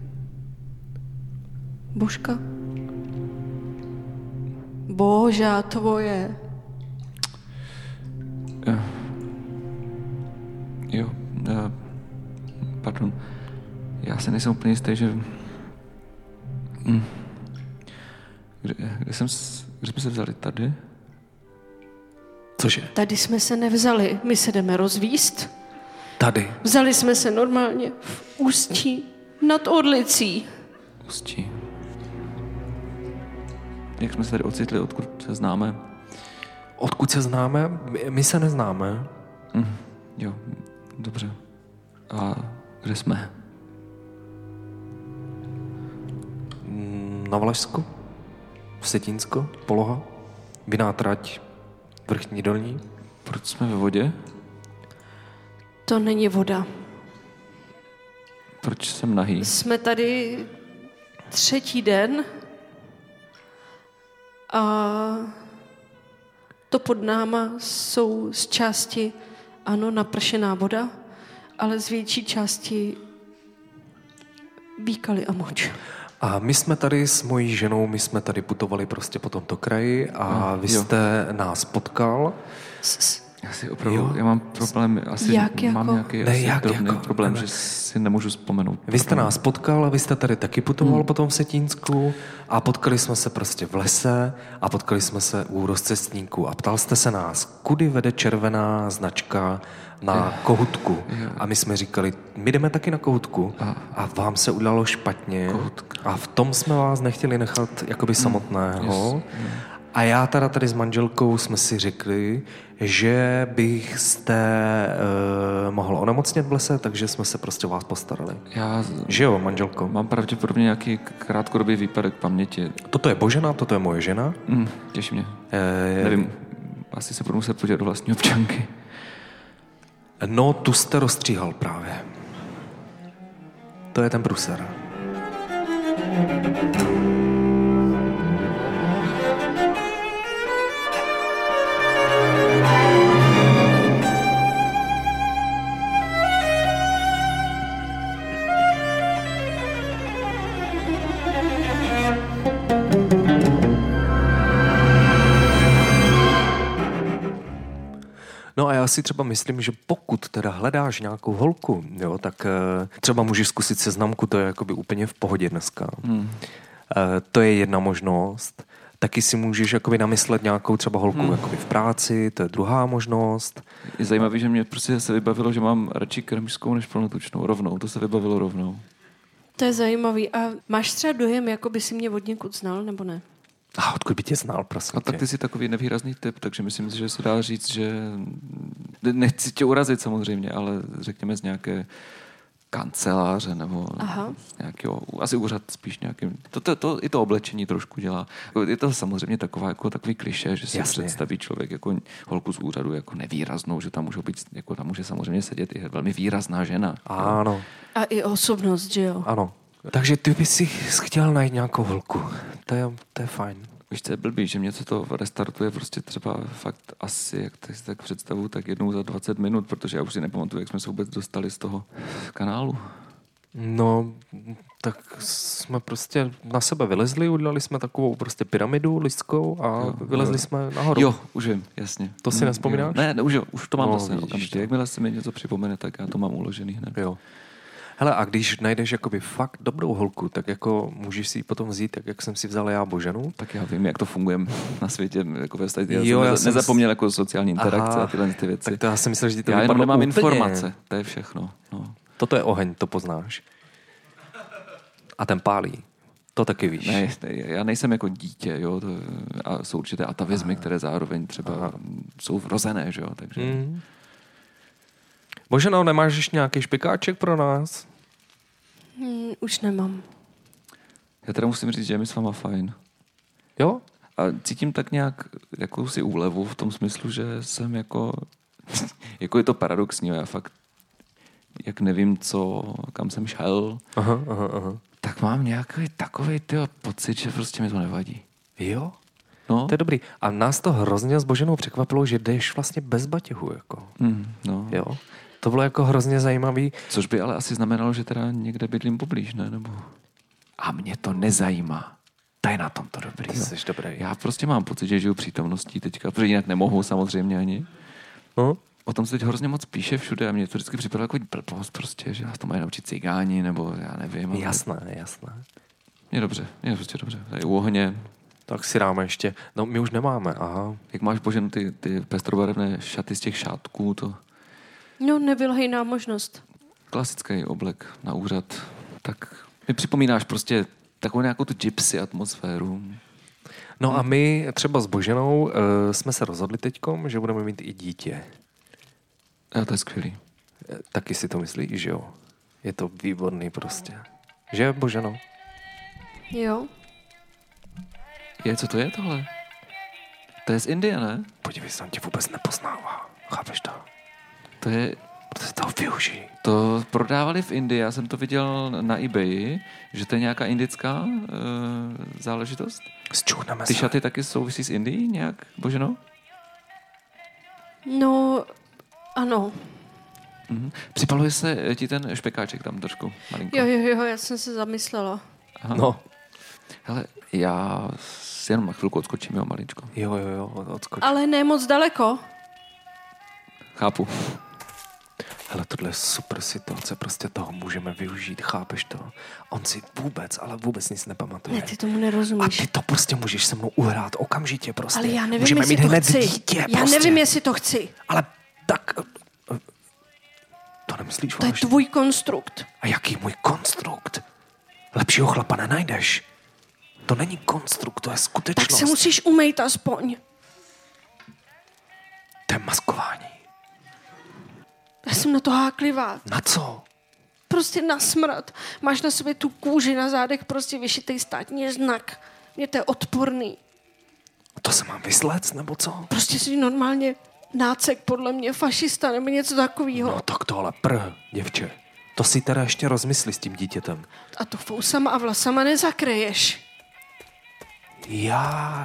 Božka? Boža tvoje. Jo. Pardon. Já se nejsem úplně jistý, že... Kde jsme se vzali? Tady? Cože? Tady jsme se nevzali, my se jdeme rozvíst. Tady. Vzali jsme se normálně v Ústí nad Orlicí. Ústí. Jak jsme se tady ocitli, odkud se známe? Odkud se známe? My se neznáme. Jo, dobře. A kde jsme? Na Valašsku? V Setínsko? Poloha? Vinná trať? Vrchní dolní? Proč jsme ve vodě? To není voda. Proč jsem nahý? Jsme tady 3. den a to pod náma jsou z části, ano, napršená voda, ale z větší části výkaly a moč. A my jsme tady s mojí ženou, my jsme tady putovali prostě po tomto kraji a vy jste nás potkal. Já si opravdu, já mám problém, asi Jak mám jako? nějaký Ne, asi jak drobný jako? problém, Ne. že si nemůžu vzpomenout. Vy jste nás potkal a vy jste tady taky putoval potom v Setínsku a potkali jsme se prostě v lese a potkali jsme se u rozcestníků a ptal jste se nás, kudy vede červená značka na Kohutku. A my jsme říkali, my jdeme taky na Kohutku a vám se udělalo špatně Kohutka. a v tom jsme vás nechtěli nechat jakoby samotného. A já teda tady s manželkou jsme si řekli, že byste mohl onemocnět v lese, takže jsme se prostě o vás postarali. Že jo, manželko? Mám pravděpodobně nějaký krátkodobý výpadek paměti. Toto je Božena, toto je moje žena. Těší mě. Nevím, asi se budu muset podívat do vlastní občanky. No, tu jste rozstříhal právě. To je ten pruser. No a já si třeba myslím, že pokud teda hledáš nějakou holku, jo, tak třeba můžeš zkusit seznamku, to je jakoby úplně v pohodě dneska. To je jedna možnost. Taky si můžeš jakoby namyslet nějakou třeba holku jakoby v práci, to je druhá možnost. Je zajímavé, že mě prostě se vybavilo, že mám radši kremžskou než plnotučnou. Rovnou, to se vybavilo rovnou. To je zajímavý. A máš třeba dojem, jako by si mě od někud znal, nebo ne? A odkud by tě znal, prosím. A tak ty jsi takový nevýrazný typ, takže myslím si, že se dá říct, že nechci tě urazit samozřejmě, ale řekněme z nějaké kanceláře nebo z nějakého, asi úřad spíš nějakým. I to oblečení trošku dělá. Je to samozřejmě takový klišé, že si představí člověk jako holku z úřadu jako nevýraznou, že tam může být, jako tam může samozřejmě sedět i velmi výrazná žena. Ano. A i osobnost, že jo? Ano. Takže ty bys si chtěl najít nějakou holku. To je fajn. Víš, to je blbý, že mě to restartuje prostě třeba fakt asi, jak si tak představu, tak jednou za 20 minut, protože já už si nepamatuju, jak jsme se vůbec dostali z toho kanálu. No, tak jsme prostě na sebe vylezli, udělali jsme takovou prostě pyramidu lidskou a vylezli jsme nahoru. Jo, už vím, jasně. To si nevzpomínáš? Ne, už to mám zase okamžitě. Jakmile se mi něco připomene, tak já to mám uložený hned. Jo. Hele, a když najdeš jakoby fakt dobrou holku, tak jako můžeš si ji potom vzít, tak jak jsem si vzal já Boženu. Tak já vím, jak to funguje na světě. Jako ve státě. Já jsem nezapomněl jako sociální interakce a tyhle ty věci. Tak to já jsem myslel, že ty to já jenom nemám úplně. Informace, to je všechno. No. Toto je oheň, to poznáš. A ten pálí. To taky víš. Ne, já nejsem jako dítě, jo, a jsou určité atavizmy, které zároveň třeba jsou vrozené, že jo, takže... Boženo, nemáš ještě nějaký špekáček pro nás? Už nemám. Já teda musím říct, že je mi s váma fajn. Jo? A cítím tak nějak jakousi úlevu v tom smyslu, že jsem jako je to paradoxní, já fakt jak nevím, kam jsem šel, tak mám nějaký takovej pocit, že prostě mi to nevadí. Jo? No. To je dobrý. A nás to hrozně s Boženou překvapilo, že jdeš vlastně bez batěhu, jako. No. Jo? To bylo jako hrozně zajímavý. Což by ale asi znamenalo, že teda někde bydlím poblíž, ne? Nebo... A mě to nezajímá. To je na tom to dobrý. Ty jsi dobrý. Já prostě mám pocit, že žiju přítomností teďka, protože jinak nemohu samozřejmě ani. O tom se teď hrozně moc píše všude a mě to vždycky připadalo jako blbost prostě, že nás to mají naučit cigáni, nebo já nevím. Ale... Jasné. Je prostě dobře. Tady u ohně. Tak si dáme ještě. No, my už nemáme, aha. Jak máš, Boženo, ty pestrobarevné šaty z těch šátků, to... No, nebyla jiná možnost. Klasický oblek na úřad. Tak mi připomínáš prostě takovou nějakou tu gypsy atmosféru. No a my třeba s Boženou jsme se rozhodli teďkom, že budeme mít i dítě. A to je skvělý. Taky si to myslíš, že jo? Je to výborný prostě. Že, Boženo? Jo. Co to je tohle? To je z Indie, ne? Podívej se, on tě vůbec nepoznává. Chápeš to? To je... Protože toho využij. To prodávali v Indii, já jsem to viděl na eBayi, že to je nějaká indická záležitost. Zčuhneme Ty šaty taky souvisí s Indií nějak, Boženo? No, ano. Připaluje se ti ten špekáček tam trošku, malinko. Jo, já jsem se zamyslela. Aha. No. Hele, já si jenom na chvilku odskočím, jo, maličko. Jo, odskoč. Ale ne moc daleko. Chápu. Hele, tohle je super situace, prostě toho můžeme využít, chápeš to? On si vůbec nic nepamatuje. Ne, ty tomu nerozumíš. A ty to prostě můžeš se mnou uhrát okamžitě prostě. Ale já nevím, můžeme jestli mít to hned chci. Dítě, já prostě. nevím, jestli to chci. Ale tak... To nemyslíš To je vážně? tvůj konstrukt. A jaký můj konstrukt? Lepšího chlapa nenajdeš. To není konstrukt, to je skutečnost. Tak se musíš umýt aspoň. To je maskování. Já jsem na to háklivá. Na co? Prostě na smrad. Máš na sobě tu kůži na zádech, prostě vyšitej státní znak. Mně to je odporný. To se mám vysléct, nebo co? Prostě jsi normálně nácek, podle mě, fašista, nebo něco takového. No tak to ale děvče. To si teda ještě rozmysli s tím dítětem. A to fousama a vlasama nezakreješ. Já...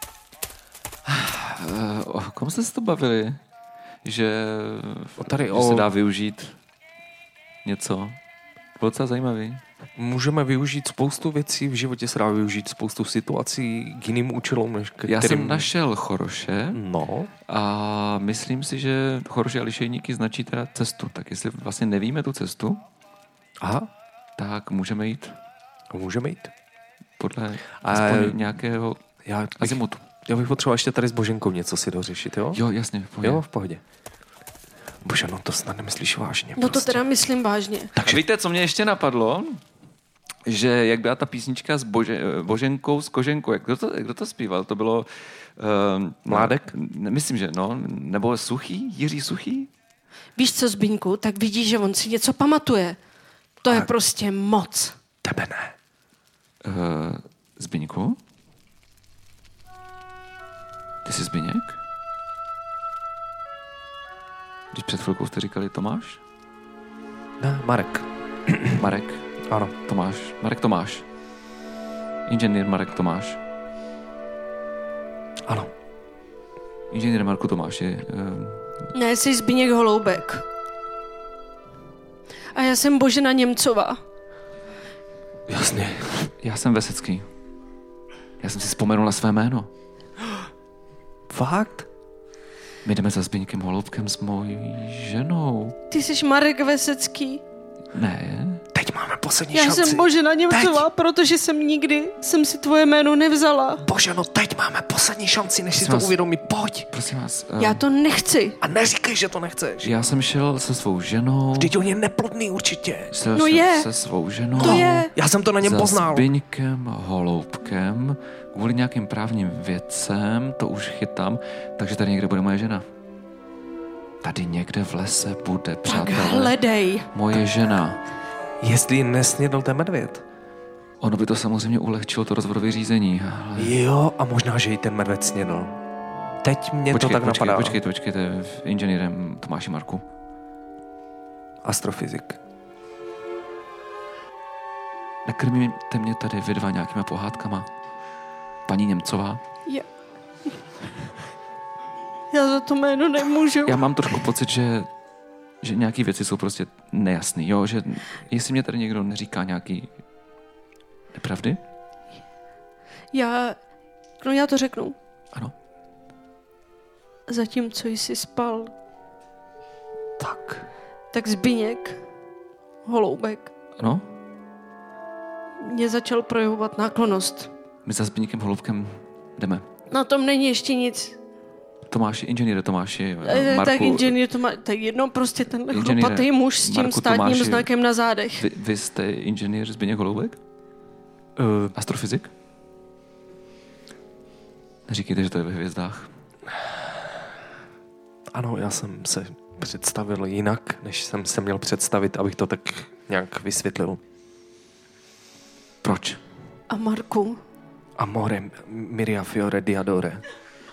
O kom jste se to bavili? Že Tady že se dá využít něco. Bylo docela zajímavý. Můžeme využít spoustu věcí, v životě se dá využít spoustu situací k jiným účelům, než Já jsem našel choroše No. a myslím si, že choroše a lišejníky značí teda cestu. Tak jestli vlastně nevíme tu cestu, Aha, tak můžeme jít můžeme jít. podle aspoň nějakého azimutu. Já bych potřeboval ještě tady s Boženkou něco si dořešit, jo? Jo, jasně, v pohodě. Jo, v pohodě. Bože, no to snad nemyslíš vážně. No to teda myslím vážně. Takže víte, co mě ještě napadlo? Že jak byla ta písnička s Boženkou, s Koženkou, kdo to zpíval? To bylo... Mládek? Myslím, že no. Nebo Suchý? Jiří Suchý? Víš co, Zbyňku, tak vidíš, že on si něco pamatuje. To je prostě moc. Tebe ne. Zbyňku? Ty jsi Zbyněk? Když před chvilkou jste říkali Tomáš? Ne, Marek. Marek? Ano. Tomáš. Marek Tomáš. Inženýr Marek Tomáš. Ano. Inženýr Marku Tomáši. Ne, jsi Zbyněk Holoubek. A já jsem Božena Němcová. Jasně. Já jsem Vesecký. Já jsem si vzpomenul na své jméno. Fakt? My jdeme za Zbyňkem Holoubkem s mojí ženou. Ty jsi Marek Vesecký. Ne. Teď máme poslední Já šanci. jsem Božena Němcová, protože jsem si tvoje jméno nevzala. Bože, no teď máme poslední šanci, než si to vás- uvědomí. Pojď. Prosím vás. Já to nechci. A neříkej, že to nechceš. Já jsem šel se svou ženou. Vždyť on je neplodný určitě. No je. Se svou ženou. To je. Já jsem to na něm za poznal. Zbyňkem Holoubkem. Kvůli nějakým právním věcem, to už chytám, takže tady někde bude moje žena. Tady někde v lese bude, Tak přátelé, hledej. moje žena. Jestli ji nesnědl ten medvěd. Ono by to samozřejmě ulehčilo to rozvodové řízení, ale... Jo, a možná, že ji ten medvěd snědl. Teď mě to tak napadá. Počkejte, inženýrem Tomáši Marku. Astrofyzik. Nekrmíte mě tady vy dva nějakýma pohádkama? Paní Němcová? Já za to jméno nemůžu. Já mám trošku pocit, že nějaký věci jsou prostě nejasný, jo? Že jestli mě tady někdo neříká nějaký nepravdy? Já to řeknu. Ano. Zatímco jsi spal, Tak. Zbyněk Holoubek Ano? mě začal projevovat náklonnost. My za Zbyňkem Holoubkem jdeme. Na tom není ještě nic. Tomáši, inženýre Tomáši, Marku... Tak inženýr to má, tak jedno prostě tenhle Inženýre chlupatý muž s tím Marku státním Tomáši, znakem na zádech. Vy jste inženýr Zbyněk Holoubek? Astrofyzik? Neříkejte, že to je ve hvězdách. Ano, já jsem se představil jinak, než jsem se měl představit, abych to tak nějak vysvětlil. Proč? A Marku, Amore, Miria Fiore Diadore.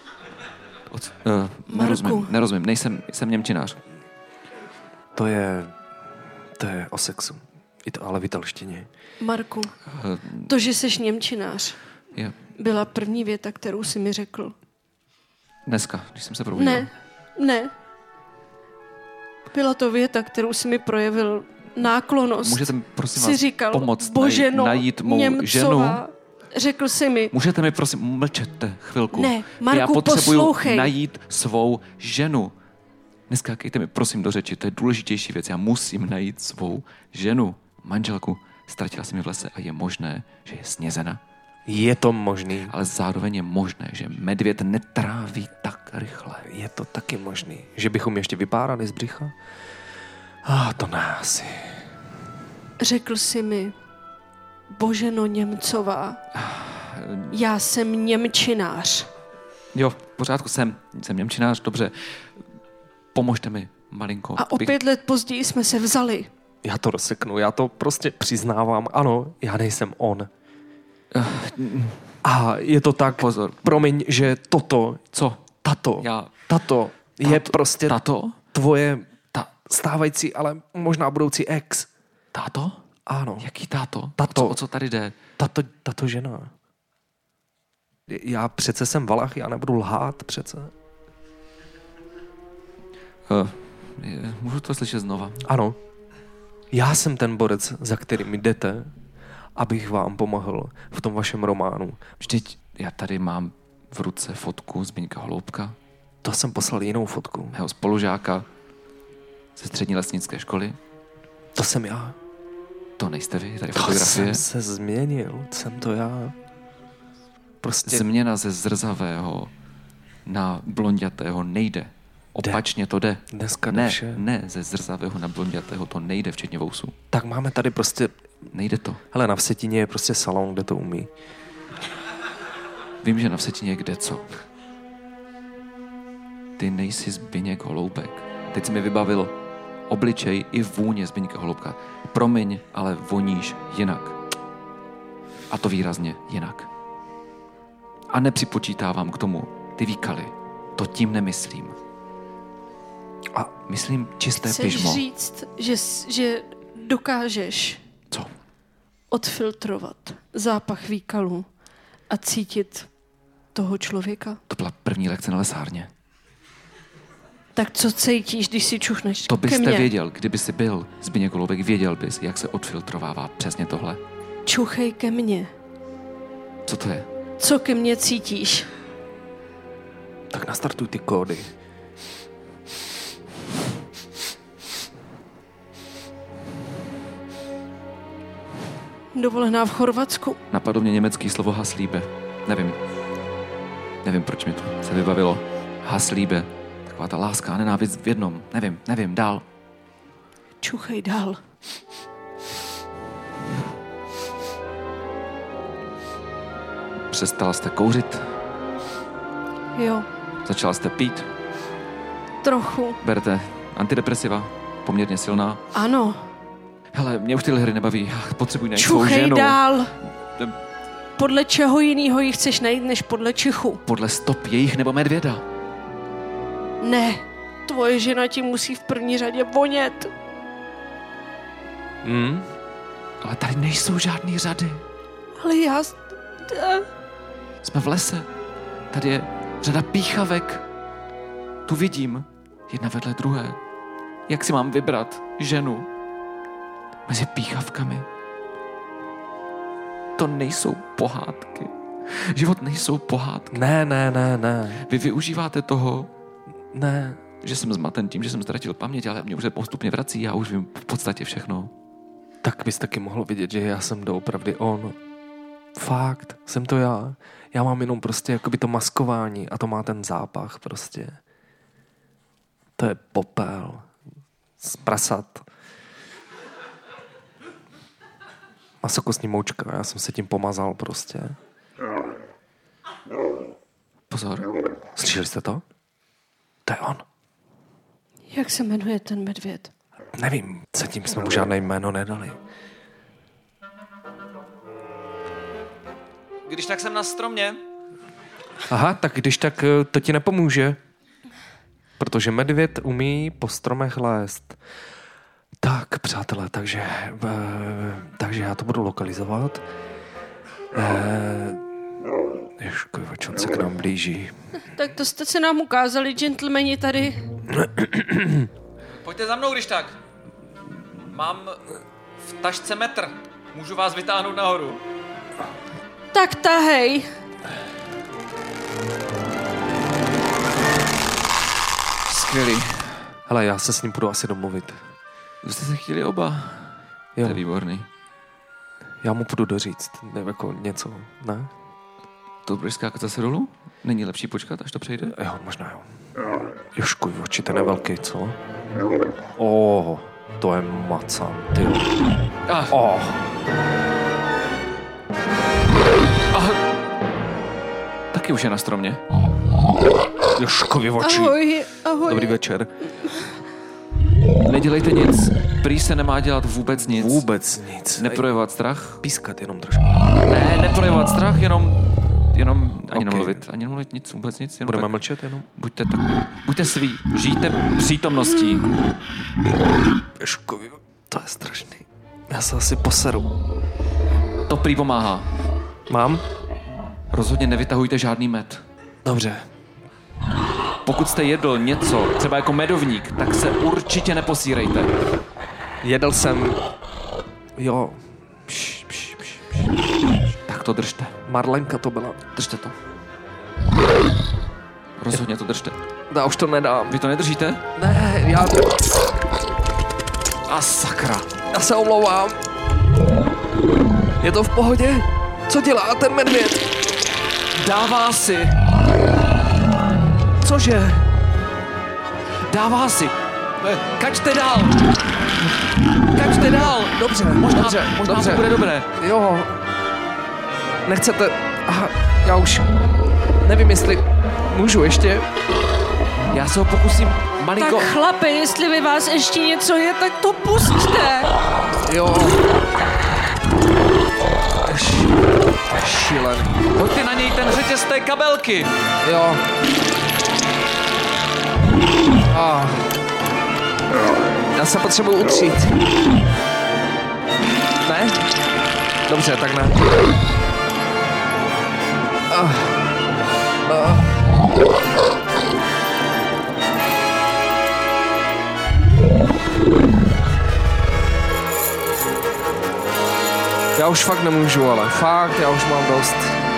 Nerozumím, jsem němčinář. To je o sexu. I to ale v italštině. Marku, to, že jsi němčinář, Je byla první věta, kterou jsi mi řekl. dneska, když jsem se probudil. Ne. Byla to věta, kterou jsi mi projevil náklonnost. Můžete mi, prosím jsi vás, říkal, pomoct Boženo najít mou Němcová. ženu? Řekl jsi mi, Můžete mi, prosím, mlčete chvilku. Ne, Marku, Já potřebuju poslouchej. najít svou ženu. Neskákejte mi, prosím, do řeči, to je důležitější věc. Já musím najít svou ženu, manželku. Ztratila se mi v lese a je možné, že je snězena. Je to možný. Ale zároveň je možné, že medvěd netráví tak rychle. Je to taky možný. Že bychom ještě vypárali z břicha? To ne asi. řekl jsi mi, Boženo Němcová. Já jsem němčinář. Jo, v pořádku, jsem němčinář, dobře. Pomožte mi, malinko. A o 5 let později jsme se vzali. Já to rozseknu, já to prostě přiznávám. Ano, já nejsem on. A je to tak, pozor. Promiň, že toto, Co? tato je prostě Tato? tvoje stávající, ale možná budoucí ex. Táto? Ano. Jaký táto? Tato. O co tady jde? Tato žena. Já přece jsem Valach, já nebudu lhát přece. Můžu to slyšet znova? Ano. Já jsem ten borec, za kterým jdete, abych vám pomohl v tom vašem románu. Vždyť já tady mám v ruce fotku Zbyňka Holoubka, To jsem poslal jinou fotku. mého spolužáka ze střední lesnické školy. To jsem já. To nejste vy, tady To fotografie. jsem se změnil, jsem to já. Prostě Změna ze zrzavého na blondětého nejde. Opačně to jde. dneska jde vše. Ne, ze zrzavého na blondětého to nejde, včetně vousů. Tak máme tady prostě, Nejde to. hele, na Vsetíně je prostě salon, kde to umí. Vím, že na Vsetíně je kde co. Ty nejsi Zbyněk Holoubek. Teď jsi mi vybavil obličej i vůně Zbyňka Holoubka. Promiň, ale voníš jinak. A to výrazně jinak. A nepřipočítávám k tomu ty výkaly. To tím nemyslím. A myslím čisté Chceš pyžmo. říct, že dokážeš Co? odfiltrovat zápach výkalů a cítit toho člověka? To byla první lekce na lesárně. Tak co cítíš, když si čuchneš To ke byste mně? věděl, kdyby jsi byl Zbyněk Holoubek, věděl bys, jak se odfiltrovává přesně tohle. Čuchej ke mně. Co to je? Co ke mně cítíš? Tak nastartuj ty kódy. Dovolená v Chorvatsku. Napadlo mě německý slovo Haslíbe. Nevím, proč mi to se vybavilo. Haslíbe. Taková ta láska a nenávist v jednom. Nevím, dál. Čuchej dál. Přestala jste kouřit, Jo, začala jste pít, trochu. berete antidepresiva, poměrně silná. Ano. Hele, mě už tyhle hry nebaví, já potřebuji najít svou Čuchej ženu. dál. Podle čeho jinýho ji chceš najít, než podle čichu? Podle stop jejich nebo medvěda. Ne, tvoje žena ti musí v první řadě vonět. Ale tady nejsou žádný řady. Ale já... Jsme v lese. Tady je řada píchavek. Tu vidím. Jedna vedle druhé. Jak si mám vybrat ženu mezi píchavkami? To nejsou pohádky. Život nejsou pohádky. Ne. Vy využíváte toho, Ne. že jsem zmaten tím, že jsem ztratil paměť, ale mě už se postupně vrací. Já už vím v podstatě všechno. Tak bys taky mohl vidět, že já jsem doopravdy on. Fakt, jsem to já. Já mám jenom prostě jakoby to maskování a to má ten zápach prostě. To je popel. Z prasat. Masokostní moučka, já jsem se tím pomazal prostě. Pozor. Slyšeli jste to? To je on. Jak se jmenuje ten medvěd? Nevím, zatím jsme mu žádné jméno nedali. Když tak jsem na stromě. Aha, tak když tak to ti nepomůže. Protože medvěd umí po stromech lézt. Tak, přátelé, takže já to budu lokalizovat. Ježku, on se k nám blíží. Tak to jste se nám ukázali, gentlemani tady. Pojďte za mnou, když tak. Mám v tašce metr. Můžu vás vytáhnout nahoru. Tak tahej. Skvělý. Hele, já se s ním budu asi domluvit. Vy jste se chtěli oba. Jo. To je výborný. Já mu půjdu doříct, ne, jako něco, ne? To budeš skákat zase dolů? Není lepší počkat, až to přejde? Jo, možná jo. Jožku, oči, ten je velký, co? To je macan, ty. taky už je na stromě. Jožkovi oči. Ahoj. Dobrý večer. Nedělejte nic. Prý se nemá dělat vůbec nic. Vůbec nic. Neprojevovat strach. Pískat jenom trošku. Ne, neprojevovat strach, jenom ani Okay. nemluvit nic, vůbec nic. Budeme mlčet jenom? Buďte svý, žijte přítomností. Jožkovi, to je strašný. Já se asi poseru. To prý pomáhá. Mám? Rozhodně nevytahujte žádný med. Dobře. Pokud jste jedl něco, třeba jako medovník, tak se určitě neposírejte. Jedl jsem... Jo. Tak to držte. Marlenka to byla. Držte to. Rozhodně to držte. Já už to nedám. Vy to nedržíte? Ne, já... A sakra. Já se omlouvám. Je to v pohodě? Co dělá ten medvěd? Dává si. Cože? Dává si. Kačte dál. Kačte dál. Dobře, Možná dobře. to bude dobré. Jo. Nechcete... Aha, já už... Nevím, jestli... Můžu ještě? Já se ho pokusím malinko... Tak chlapi, jestli ve vás ještě něco je, tak to pusťte. Jo. Šílený. Hoďte na něj ten řetěz té kabelky. Jo. Já se potřebuji utřít. Ne? Dobře, tak ne. Já už fakt nemůžu, ale fakt, já už mám dost.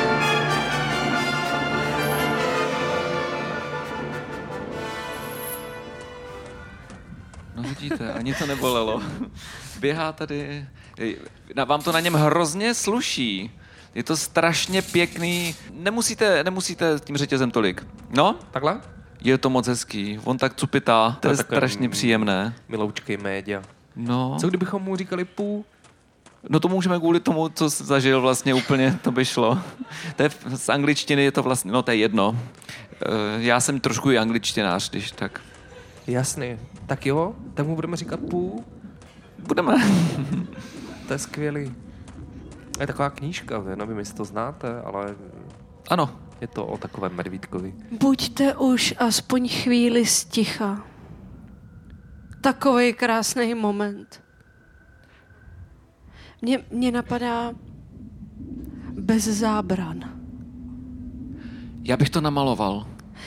No vidíte, ani to nebolelo. Běhá tady. Vám to na něm hrozně sluší. Je to strašně pěkný. Nemusíte tím řetězem tolik. No? Takhle? Je to moc hezký. On tak cupitá. To je strašně příjemné. Miloučkej média. No. Co kdybychom mu říkali pů? No to můžeme kvůli tomu, co jsi zažil vlastně úplně, to by šlo. To je, z angličtiny je to vlastně, no to je jedno. Já jsem trošku i angličtinář, když tak. Jasný. Tak jo, tak mu budeme říkat pů. Budeme. To je skvělý. Je taková knížka, nevím, jestli to znáte, ale Ano. je to o takovém medvídkovi. Buďte už aspoň chvíli sticha. Takovej krásný moment. Mně napadá bez zábran. Já bych to namaloval.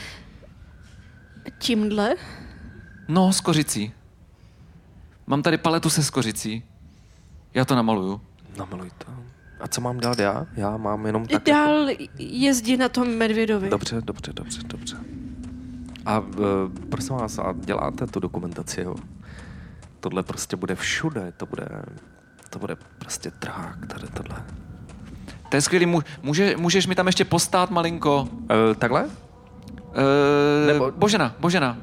Tímhle? No, s kořicí. Mám tady paletu se skořicí. Já to namaluju. Namaluj to. A co mám dělat já? Já mám jenom tak... Dál jezdí na tom medvědovi. Dobře. A prosím vás, a děláte tu dokumentaci, jo? Tohle prostě bude všude, to bude prostě trhák, tady tohle. To je skvělý. Můžeš mi tam ještě postát malinko? Takhle? Nebo... Božena.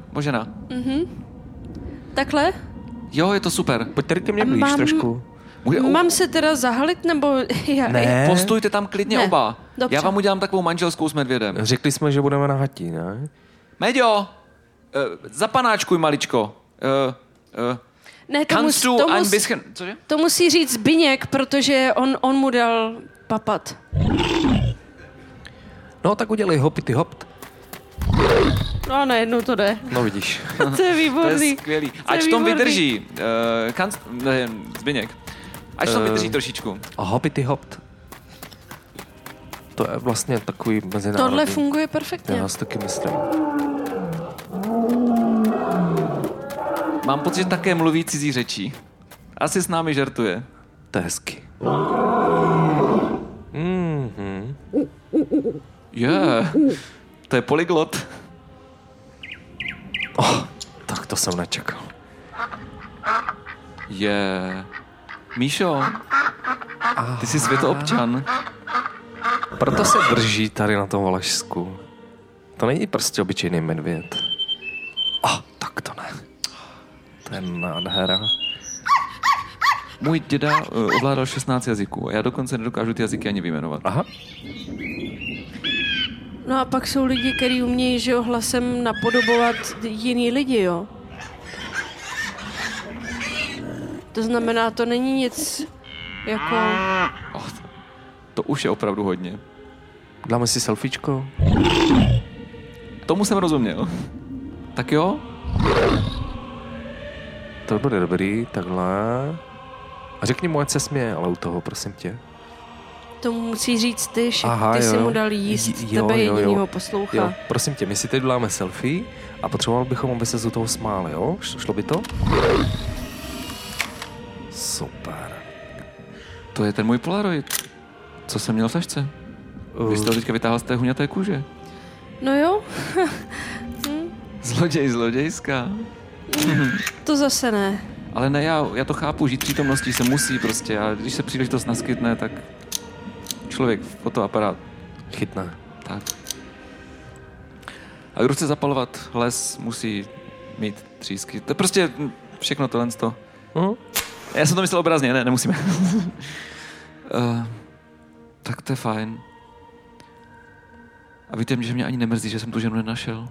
Takhle? Jo, je to super. Pojď tady ke mně blíž trošku. Mám se teda zahalit, nebo... Ne. Postujte tam klidně Ne. oba. Dobře. Já vám udělám takovou manželskou s medvědem. Řekli jsme, že budeme na hatí, ne? Meďo, zapanáčkuj maličko. Ne, Cože? to musí říct Zbyněk, protože on mu dal papat. No, tak udělej hopity hopt. No najednou to jde. No vidíš. To je To je výborný. skvělý. To je Ať v tom výborný. vydrží. Zbyněk. Ať v tom vydrží trošičku. A hopity hopt. To je vlastně takový mezinárodní. Tohle funguje perfektně. Já si taky myslím. Mám pocit, že také mluví cizí řečí. Asi s námi žertuje. To je hezky. To je polyglot. Tak to jsem nečekal. Míšo, ty jsi světoobčan. Proto se drží tady na tom Valašsku. To není prostě obyčejný medvěd. Tak to ne. To je nádhera. Můj děda ovládal 16 jazyků a já dokonce nedokážu ty jazyky ani vyjmenovat. Aha. No a pak jsou lidi, kteří umějí, že jo, hlasem napodobovat jiný lidi, jo. To znamená, to není nic jako... To už je opravdu hodně. Dáme si selfiečko? Tomu jsem rozuměl. Tak jo? To bude dobrý, takhle. A řekni mu, ať se směje, ale u toho, prosím tě. To musí říct ty, že Aha, ty jo. si mu dal jíst, tebe jedinýho poslouchá. Jo, prosím tě, my si teď děláme selfie a potřeboval bychom, aby se z toho smál, jo? Šlo by to? Super. To je ten můj Polaroid. Co jsem měl v tašce? Vy jste ho teďka vytáhl z té huňaté kůže. No jo. Zlodějská. To zase ne. Ale ne, já to chápu, žít přítomností se musí prostě. A když se příležitost naskytne, tak člověk fotoaparát Chytne. tak. A kdo chce zapalovat les, musí mít třísky. To je prostě všechno tohle. Já jsem to myslel obrazně, ne, nemusíme. Tak to je fajn. A víte, že mě ani nemrzí, že jsem tu ženu nenašel.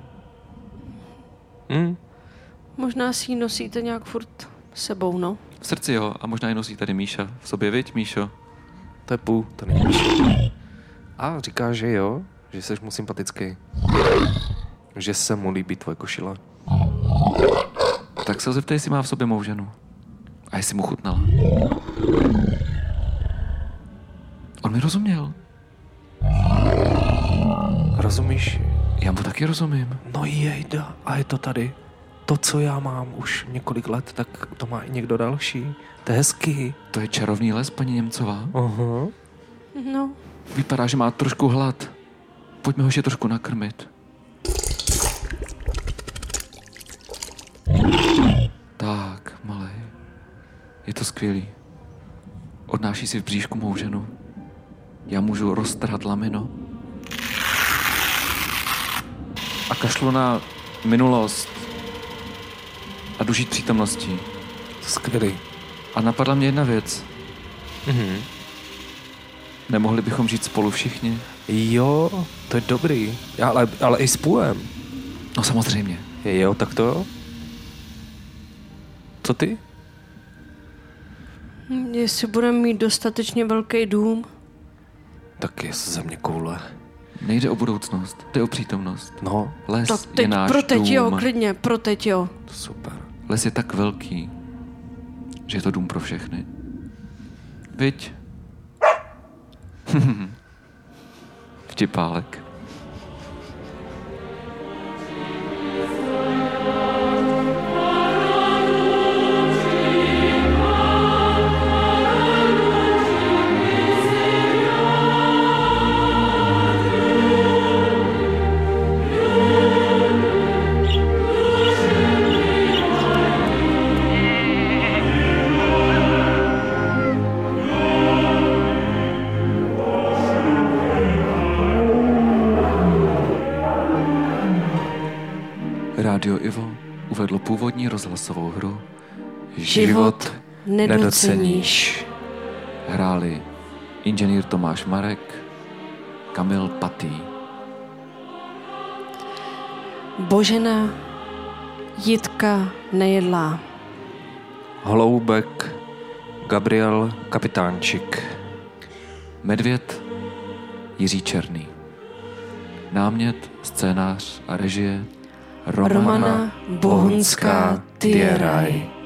Možná si ji nosíte nějak furt sebou, no. V srdci jo, a možná ji nosí tady Míša. V sobě, viď, Míšo? To je půl, to není Míša. A říká, že jo, že jsi mu sympatický. Že se mu líbí tvoje košile. Tak se ho zeptej, jestli má v sobě mou ženu. A jestli mu chutnala. On mi rozuměl. Rozumíš? Já mu taky rozumím. No jejda, a je to tady. To, co já mám už několik let, tak to má i někdo další. To je hezký. To je čarovný les, paní Němcová. Aha. No. Vypadá, že má trošku hlad. Pojďme ho ještě trošku nakrmit. Tak, malej. Je to skvělý. Odnáší si v bříšku mou ženu. Já můžu roztrhat lamino. A kašlu na minulost. A jdu žít přítomností. Skvělý. A napadla mě jedna věc. Nemohli bychom žít spolu všichni? Jo, to je dobrý. Ale i s půlem. No samozřejmě. Jo, tak to jo. Co ty? Jestli budeme mít dostatečně velký dům. Tak je ze mě koule. Nejde o budoucnost, jde o přítomnost. No, Les Tak je teď, náš pro teď dům. jo, klidně, pro teď jo. super. Les je tak velký, že je to dům pro všechny. Viď? Vtipálek. Rádio Ivo uvedlo původní rozhlasovou hru Život nedoceníš. Hráli inženýr Tomáš Marek, Kamil Patý, Božena Jitka Nejedlá, Holoubek Gabriel Kapitánčik, Medvěd Jiří Černý, námět, scénář a režie Romana Bohunská Tieraj.